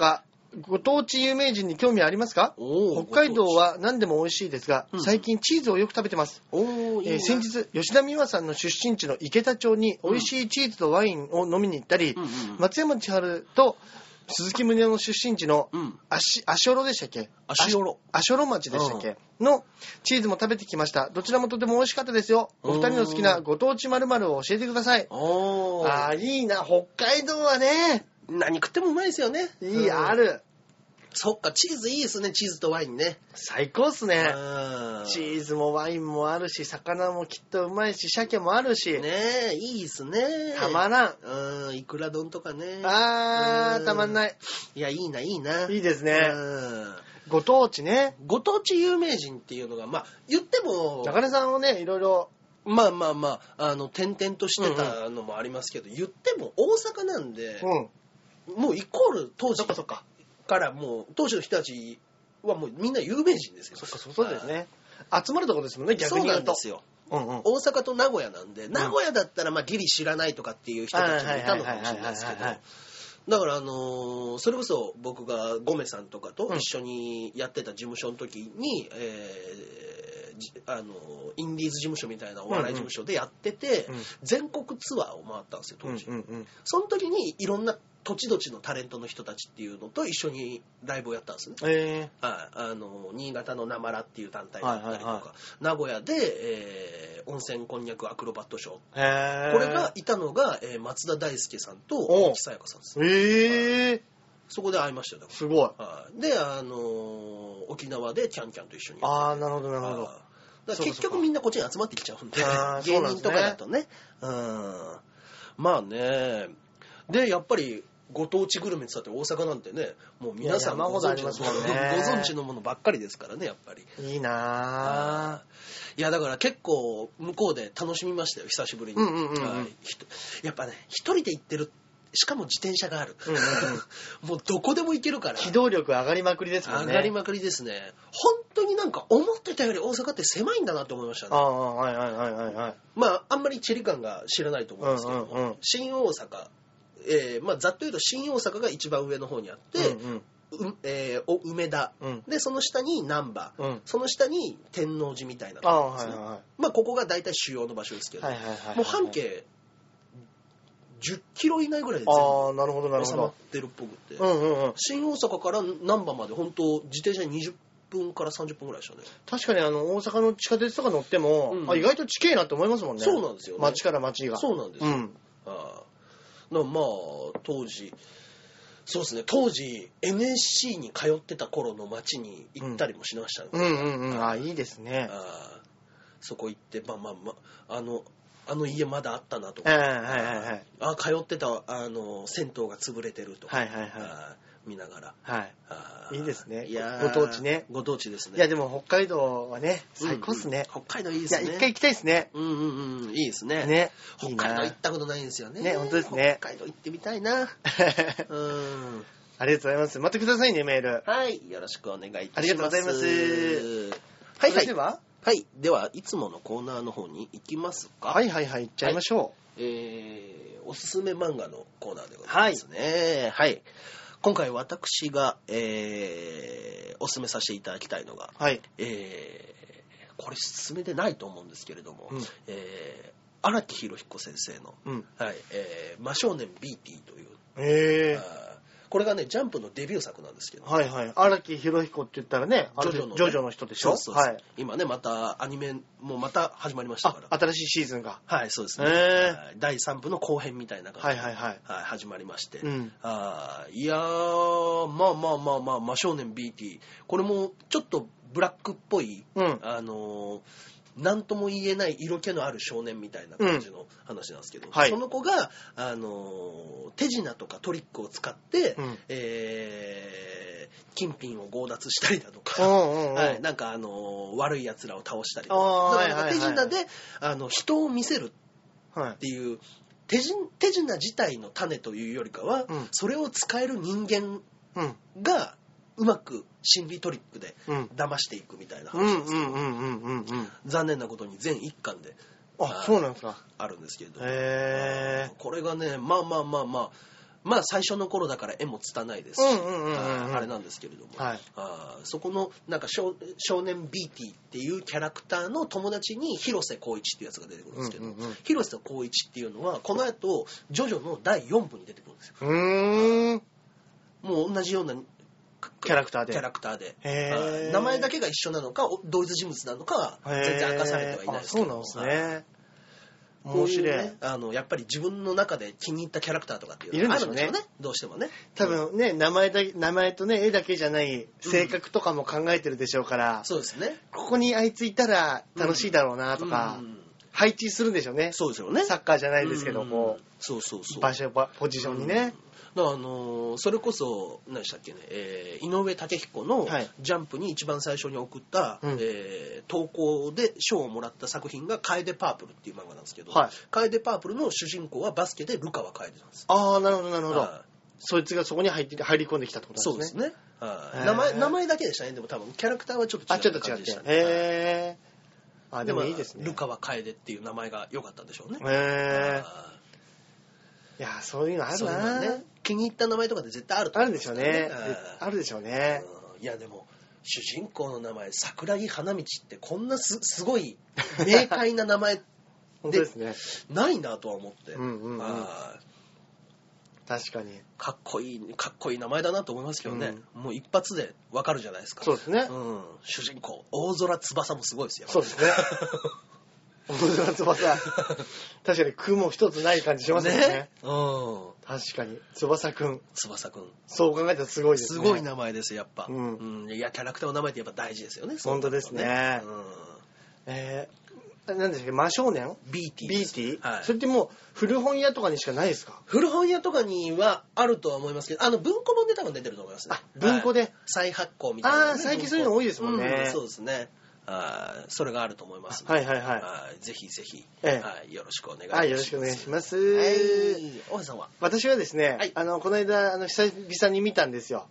ご当地有名人に興味ありますか？北海道は何でも美味しいですが、最近チーズをよく食べてます。先日、吉田美和さんの出身地の池田町に美味しいチーズとワインを飲みに行ったり、松山千春と鈴木宗男の出身地の足寄でしたっけ？足寄町でしたっけ？のチーズも食べてきました。どちらもとても美味しかったですよ。お二人の好きなご当地〇〇を教えてください。いいな、北海道はね。 何食ってもうまいですよね。 ある。 そっか、チーズいいですね、チーズとワインね。 最高っすね。チーズもワインもあるし、魚もきっとうまいし、鮭もあるし。 ねえ、いいっすね。 たまらん。いくら丼とかね。 たまんない。 いや、いいな、いいな。 いいですね。ご当地ね。 ご当地有名人っていうのが、まあ、言っても。 中根さんをね、いろいろ。 まあ、転々としてたのもありますけど、言っても大阪なんで、もうイコール当時からもう当時の人たちはもうみんな有名人ですよ。 そうですね。集まるところですもんね、逆に言うと。 そうなんですよ。大阪と名古屋なんで、名古屋だったらまあギリ知らないとかっていう人たちもいたのかもしれないですけど、だからそれこそ僕がゴメさんとかと一緒にやってた事務所の時に、インディーズ事務所みたいなお笑い事務所でやってて、全国ツアーを回ったんですよ当時。その時にいろんな土地土地のタレントの人たちっていうのと一緒にライブをやったんですね。新潟のなまらっていう団体だったりとか、名古屋で、温泉こんにゃくアクロバットショー、これがいたのが、松田大輔さんと大木さやかさんです。そこで会いましたよ。 すごい。 で、沖縄でキャンキャンと一緒に。 なるほどなるほど。 結局みんなこっちに集まってきちゃうんで、芸人とかだとね。まあね。で、やっぱりご当地グルメって言ったって大阪なんてね、もう皆さんご存知のものばっかりですからね、やっぱり。 いいなぁ。 いや、だから結構向こうで楽しみましたよ、久しぶりに。やっぱね、一人で行ってる。しかも自転車がある。もうどこでも行けるから。 機動力上がりまくりですもんね。 上がりまくりですね。本当になんか思ってたより大阪って狭いんだなって思いましたね。まあ、あんまり地理感が知らないと思うんですけど、新大阪、まあ、ざっと言うと新大阪が一番上の方にあって、梅田、でその下に難波、その下に天王寺みたいなところですね。まあ、ここが大体主要の場所ですけど、もう半径10キロ以内ぐらいで全部収まってるっぽくて、新大阪から難波まで本当自転車に20分から30分ぐらいでしたね。 確かに大阪の地下鉄とか乗っても、意外と近いなって思いますもんね。 そうなんですよね。 街から街が。 そうなんですよ。まあ当時そうですね、当時 NSC に通ってた頃の街に行ったりもしましたね。 いいですね。 そこ行ってあの家まだあったなとか、通ってた銭湯が潰れてるとか、見ながら、 いいですね。ご当地ね。 ご当地ですね。 いやでも北海道はね、最高っすね。 北海道いいですね。 いや一回行きたいですね。 いいですね。北海道行ったことないんですよね。 本当ですね。 北海道行ってみたいな。ありがとうございます。またくださいね、メール。 はい、よろしくお願いいたします。 ありがとうございます。 はいはい。では、いつものコーナーの方に行きますか。 行っちゃいましょう。おすすめ漫画のコーナーでございますね。今回私が、おすすめさせていただきたいのが、これ勧めてないと思うんですけれども、荒木博彦先生の、真少年ビーティーという、これがね、ジャンプのデビュー作なんですけど。 荒木博彦って言ったらね、ジョジョの人でしょ。 今ね、またアニメもまた始まりましたから。 新しいシーズンが。 そうですね。第3部の後編みたいな感じで始まりまして。いやー、まあ、真少年 BT。これもちょっとブラックっぽい、なんとも言えない色気のある少年みたいな感じの話なんですけど、その子が、手品とかトリックを使って、金品を強奪したりだとか、なんか悪い奴らを倒したりとか、手品で人を見せるっていう、手品自体の種というよりかは、それを使える人間が、うまく心理トリックで騙していくみたいな話なんですけど、残念なことに全1巻でそうなんですか。 あるんですけど、これがね、まあまあ最初の頃だから絵も拙いですし、あれなんですけれども、はい、そこのなんか少年ビーティーっていうキャラクターの友達に広瀬光一っていうやつが出てくるんですけど、広瀬光一っていうのはこの後ジョジョの第4部に出てくるんですよ。もう同じようなキャラクターで。名前だけが一緒なのか同一人物なのかは全然明かされてはいないですけど。 そうなんですね。面白いね。 やっぱり自分の中で気に入ったキャラクターとかっていうのがあるんでしょうね。どうしてもね。 多分ね、名前とね、絵だけじゃない性格とかも考えてるでしょうから、 そうですね。 ここにあいついたら楽しいだろうなとか、配置するんでしょうね。 そうですよね。 サッカーじゃないですけど、こう。 そうそうそう。 場所、ポジションにね。 それこそ何でしたっけね、井上武彦のジャンプに一番最初に送った、投稿で賞をもらった作品が楓パープルっていう漫画なんですけど、楓パープルの主人公はバスケでルカワ楓なんです。 ああ、なるほどなるほど。そいつがそこに入り込んできたってことですね。 そうですね。名前だけでしたね。でも多分キャラクターはちょっと違った感じでしたね。 へー。でもいいですね。 ルカワ楓っていう名前が良かったんでしょうね。 へー。いや、そういうのあるなね。 気に入った名前とかで絶対あると思うんですよね。あるでしょうね。 いや、でも、主人公の名前、桜木花道ってこんなすごい明快な名前本当ですね。 ないなとは思って。 確かに。 かっこいい名前だなと思いますけどね。もう一発でわかるじゃないですか。 そうですね。 主人公、大空翼もすごいですよ。 そうですね。大空翼。確かに雲一つない感じしますよね。確かに。翼くん。そう考えたらすごいですね。 すごい名前ですやっぱ。いや、キャラクターの名前ってやっぱ大事ですよね。 本当ですね。何ですか、真少年ビーティー、それってもう古本屋とかにしかないですか？ 古本屋とかにはあるとは思いますけど、文庫本で多分出てると思いますね。 文庫で、 再発行みたいな、 最近そういうの多いですもんね。 そうですね。それがあると思いますので、 ぜひぜひ、よろしくお願いします。 よろしくお願いします。 大橋さんは？ 私はですね、この間久々に見たんですよ。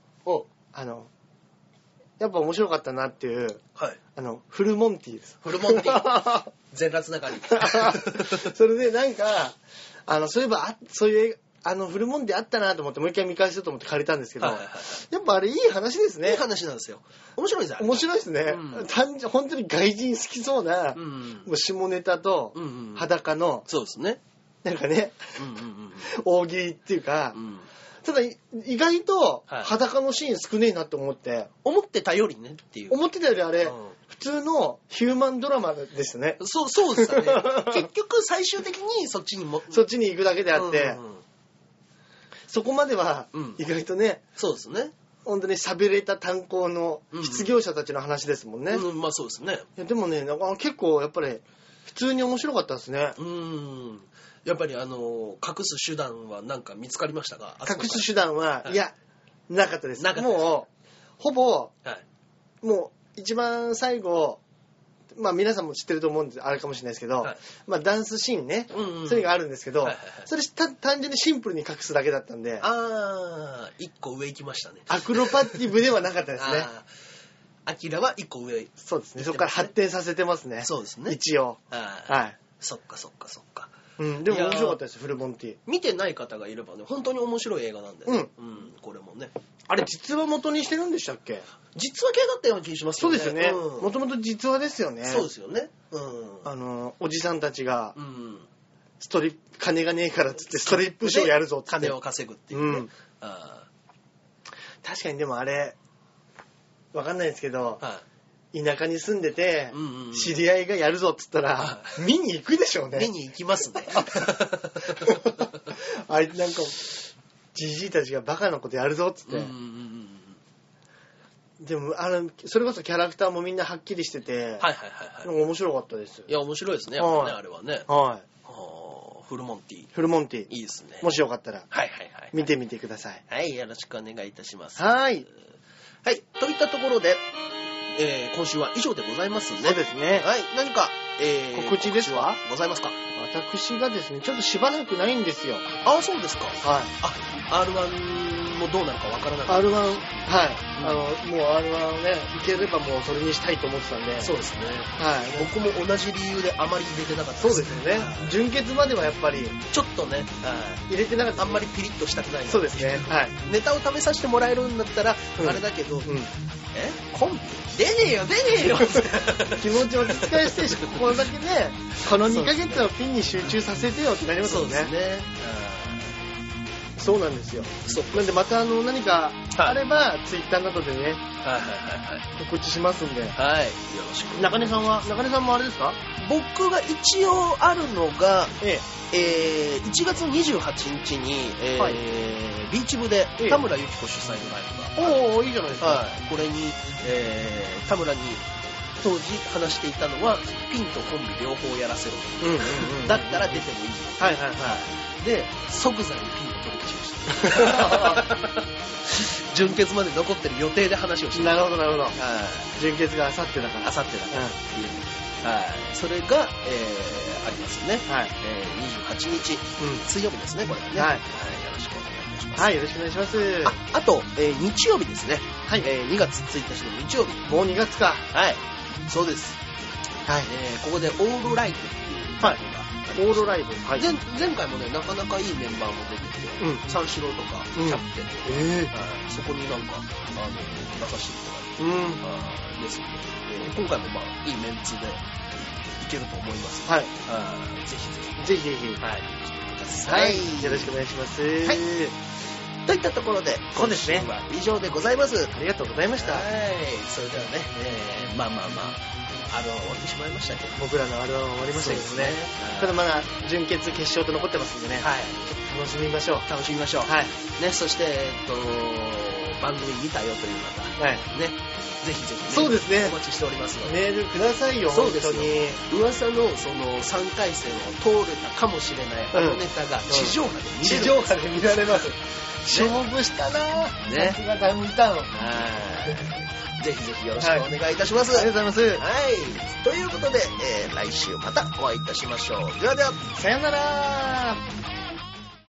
やっぱ面白かったなっていう、フルモンティです。 フルモンティ。全裸ながり。 それでなんか、そういえば、そういうフルモンティあったなと思って、もう一回見返そうと思って借りたんですけど、やっぱあれいい話ですね。 いい話なんですよ。面白いです面白いですね。本当に外人好きそうな、もう下ネタと裸の、 そうですね。 なんかね、大喜利っていうか、ただ意外と裸のシーン少ねえなと思って、 思ってたよりねっていう。 思ってたよりあれ、普通のヒューマンドラマですね。 そうですよね。結局最終的にそっちに行くだけであって、そこまでは意外とね、 そうですね。 本当に喋れた炭鉱の失業者たちの話ですもんね。 まあそうですね。 でもね、結構やっぱり普通に面白かったですね。 やっぱり隠す手段は何か見つかりましたか？ 隠す手段は、いや、なかったです。もう、ほぼ、もう一番最後、まあ皆さんも知ってると思うんです、あれかもしれないですけど、まあダンスシーンね、そういうのがあるんですけど、それ単純にシンプルに隠すだけだったんで。 一個上行きましたね。 アクロバティブではなかったですね。 アキラは一個上。 そうですね。そこから発展させてますね。 そうですね。 一応。 そっか。 でも面白かったです、フルモンティ。 見てない方がいればね、本当に面白い映画なんでね。これもね。 あれ、実話元にしてるんでしたっけ？ 実話系だったような気がしますよね。 そうですよね。もともと実話ですよね。 そうですよね。 おじさんたちが、金がねえからっつってストリップショーやるぞって。 金を稼ぐっていうね。 確かにでもあれ、わかんないですけど、田舎に住んでて、知り合いがやるぞっつったら、見に行くでしょうね。 見に行きますね。 あれなんか、じじいたちがバカなことやるぞっつって。でも、それこそキャラクターもみんなはっきりしてて、面白かったです。 いや、面白いですね、あれはね。フルモンティ。いいですね。 もしよかったら、見てみてください。 はい、よろしくお願いいたします。 はい。 といったところで、今週は以上でございますね。 そうですね。 はい、何か、 告知ですか？ ございますか？ 私がですね、ちょっとしばらくないんですよ。 そうですか。 はい。 R1 もどうなるかわからなかった。 R1、はい。もう R1 をね、いければもうそれにしたいと思ってたんで。 そうですね。 はい。 僕も同じ理由であまり入れてなかったです。そうですよね。準決まではやっぱり、 ちょっとね、 入れてなかった。 あんまりピリッとしたくない。 そうですね。はい。 ネタを食べさせてもらえるんだったら、あれだけど、コンビ出ねえよ気持ちを実感して、これだけね、この2ヶ月をピンに集中させてよってなりますよね。 そうですね。 そうなんですよ。なんでまた何かあれば、ツイッターなどでね、告知しますんで。 はい。よろしく。 中根さんもあれですか？ 僕が一応あるのが、1月28日に、ビーチ部で田村由紀子主催のライブが。 いいじゃないですか。 これに、田村に当時話していたのは、ピンとコンビ両方やらせろ。だったら出てもいいよ。 はいはいはい。 で、即座にピンを取り消しました。準決まで残ってる予定で話をしてなるほどなるほど。準決があさってだから。 あさってだから。それが、ありますよね。28日、水曜日ですね、これはね。よろしくお願いいたします。 はい、よろしくお願いします。 あと、日曜日ですね。2月1日の日曜日。 もう2月か。 はい。そうです。はい。ここでオールライトっていうバンドが。 オールライブ。 前回もね、なかなかいいメンバーも出てきて、三四郎とか、キャプテンとか、そこになんか、出させていただいて、ですので、今回もまあ、いいメンツでいけると思いますので、ぜひ、はい、来てください。 よろしくお願いします。 はい。といったところで、今週は以上でございます。 ありがとうございました。 それではね、まあ、R1 終わってしまいましたけど、 僕らの R1 は終わりましたけどね。ただまだ準決決勝と残ってますんでね。楽しみましょう。 ね、そして、番組見たよという方、ね、ぜひぜひ、 そうですね。 お待ちしておりますので。メールくださいよ、本当に。 噂のその3回戦を通れたかもしれないあのネタが地上波で見れる。 地上波で見られます。勝負したなぁ。ね。さすがダウンタウン。 ぜひぜひよろしくお願いいたします。 ありがとうございます。 はい。ということで、来週またお会いいたしましょう。ではでは、 さよなら。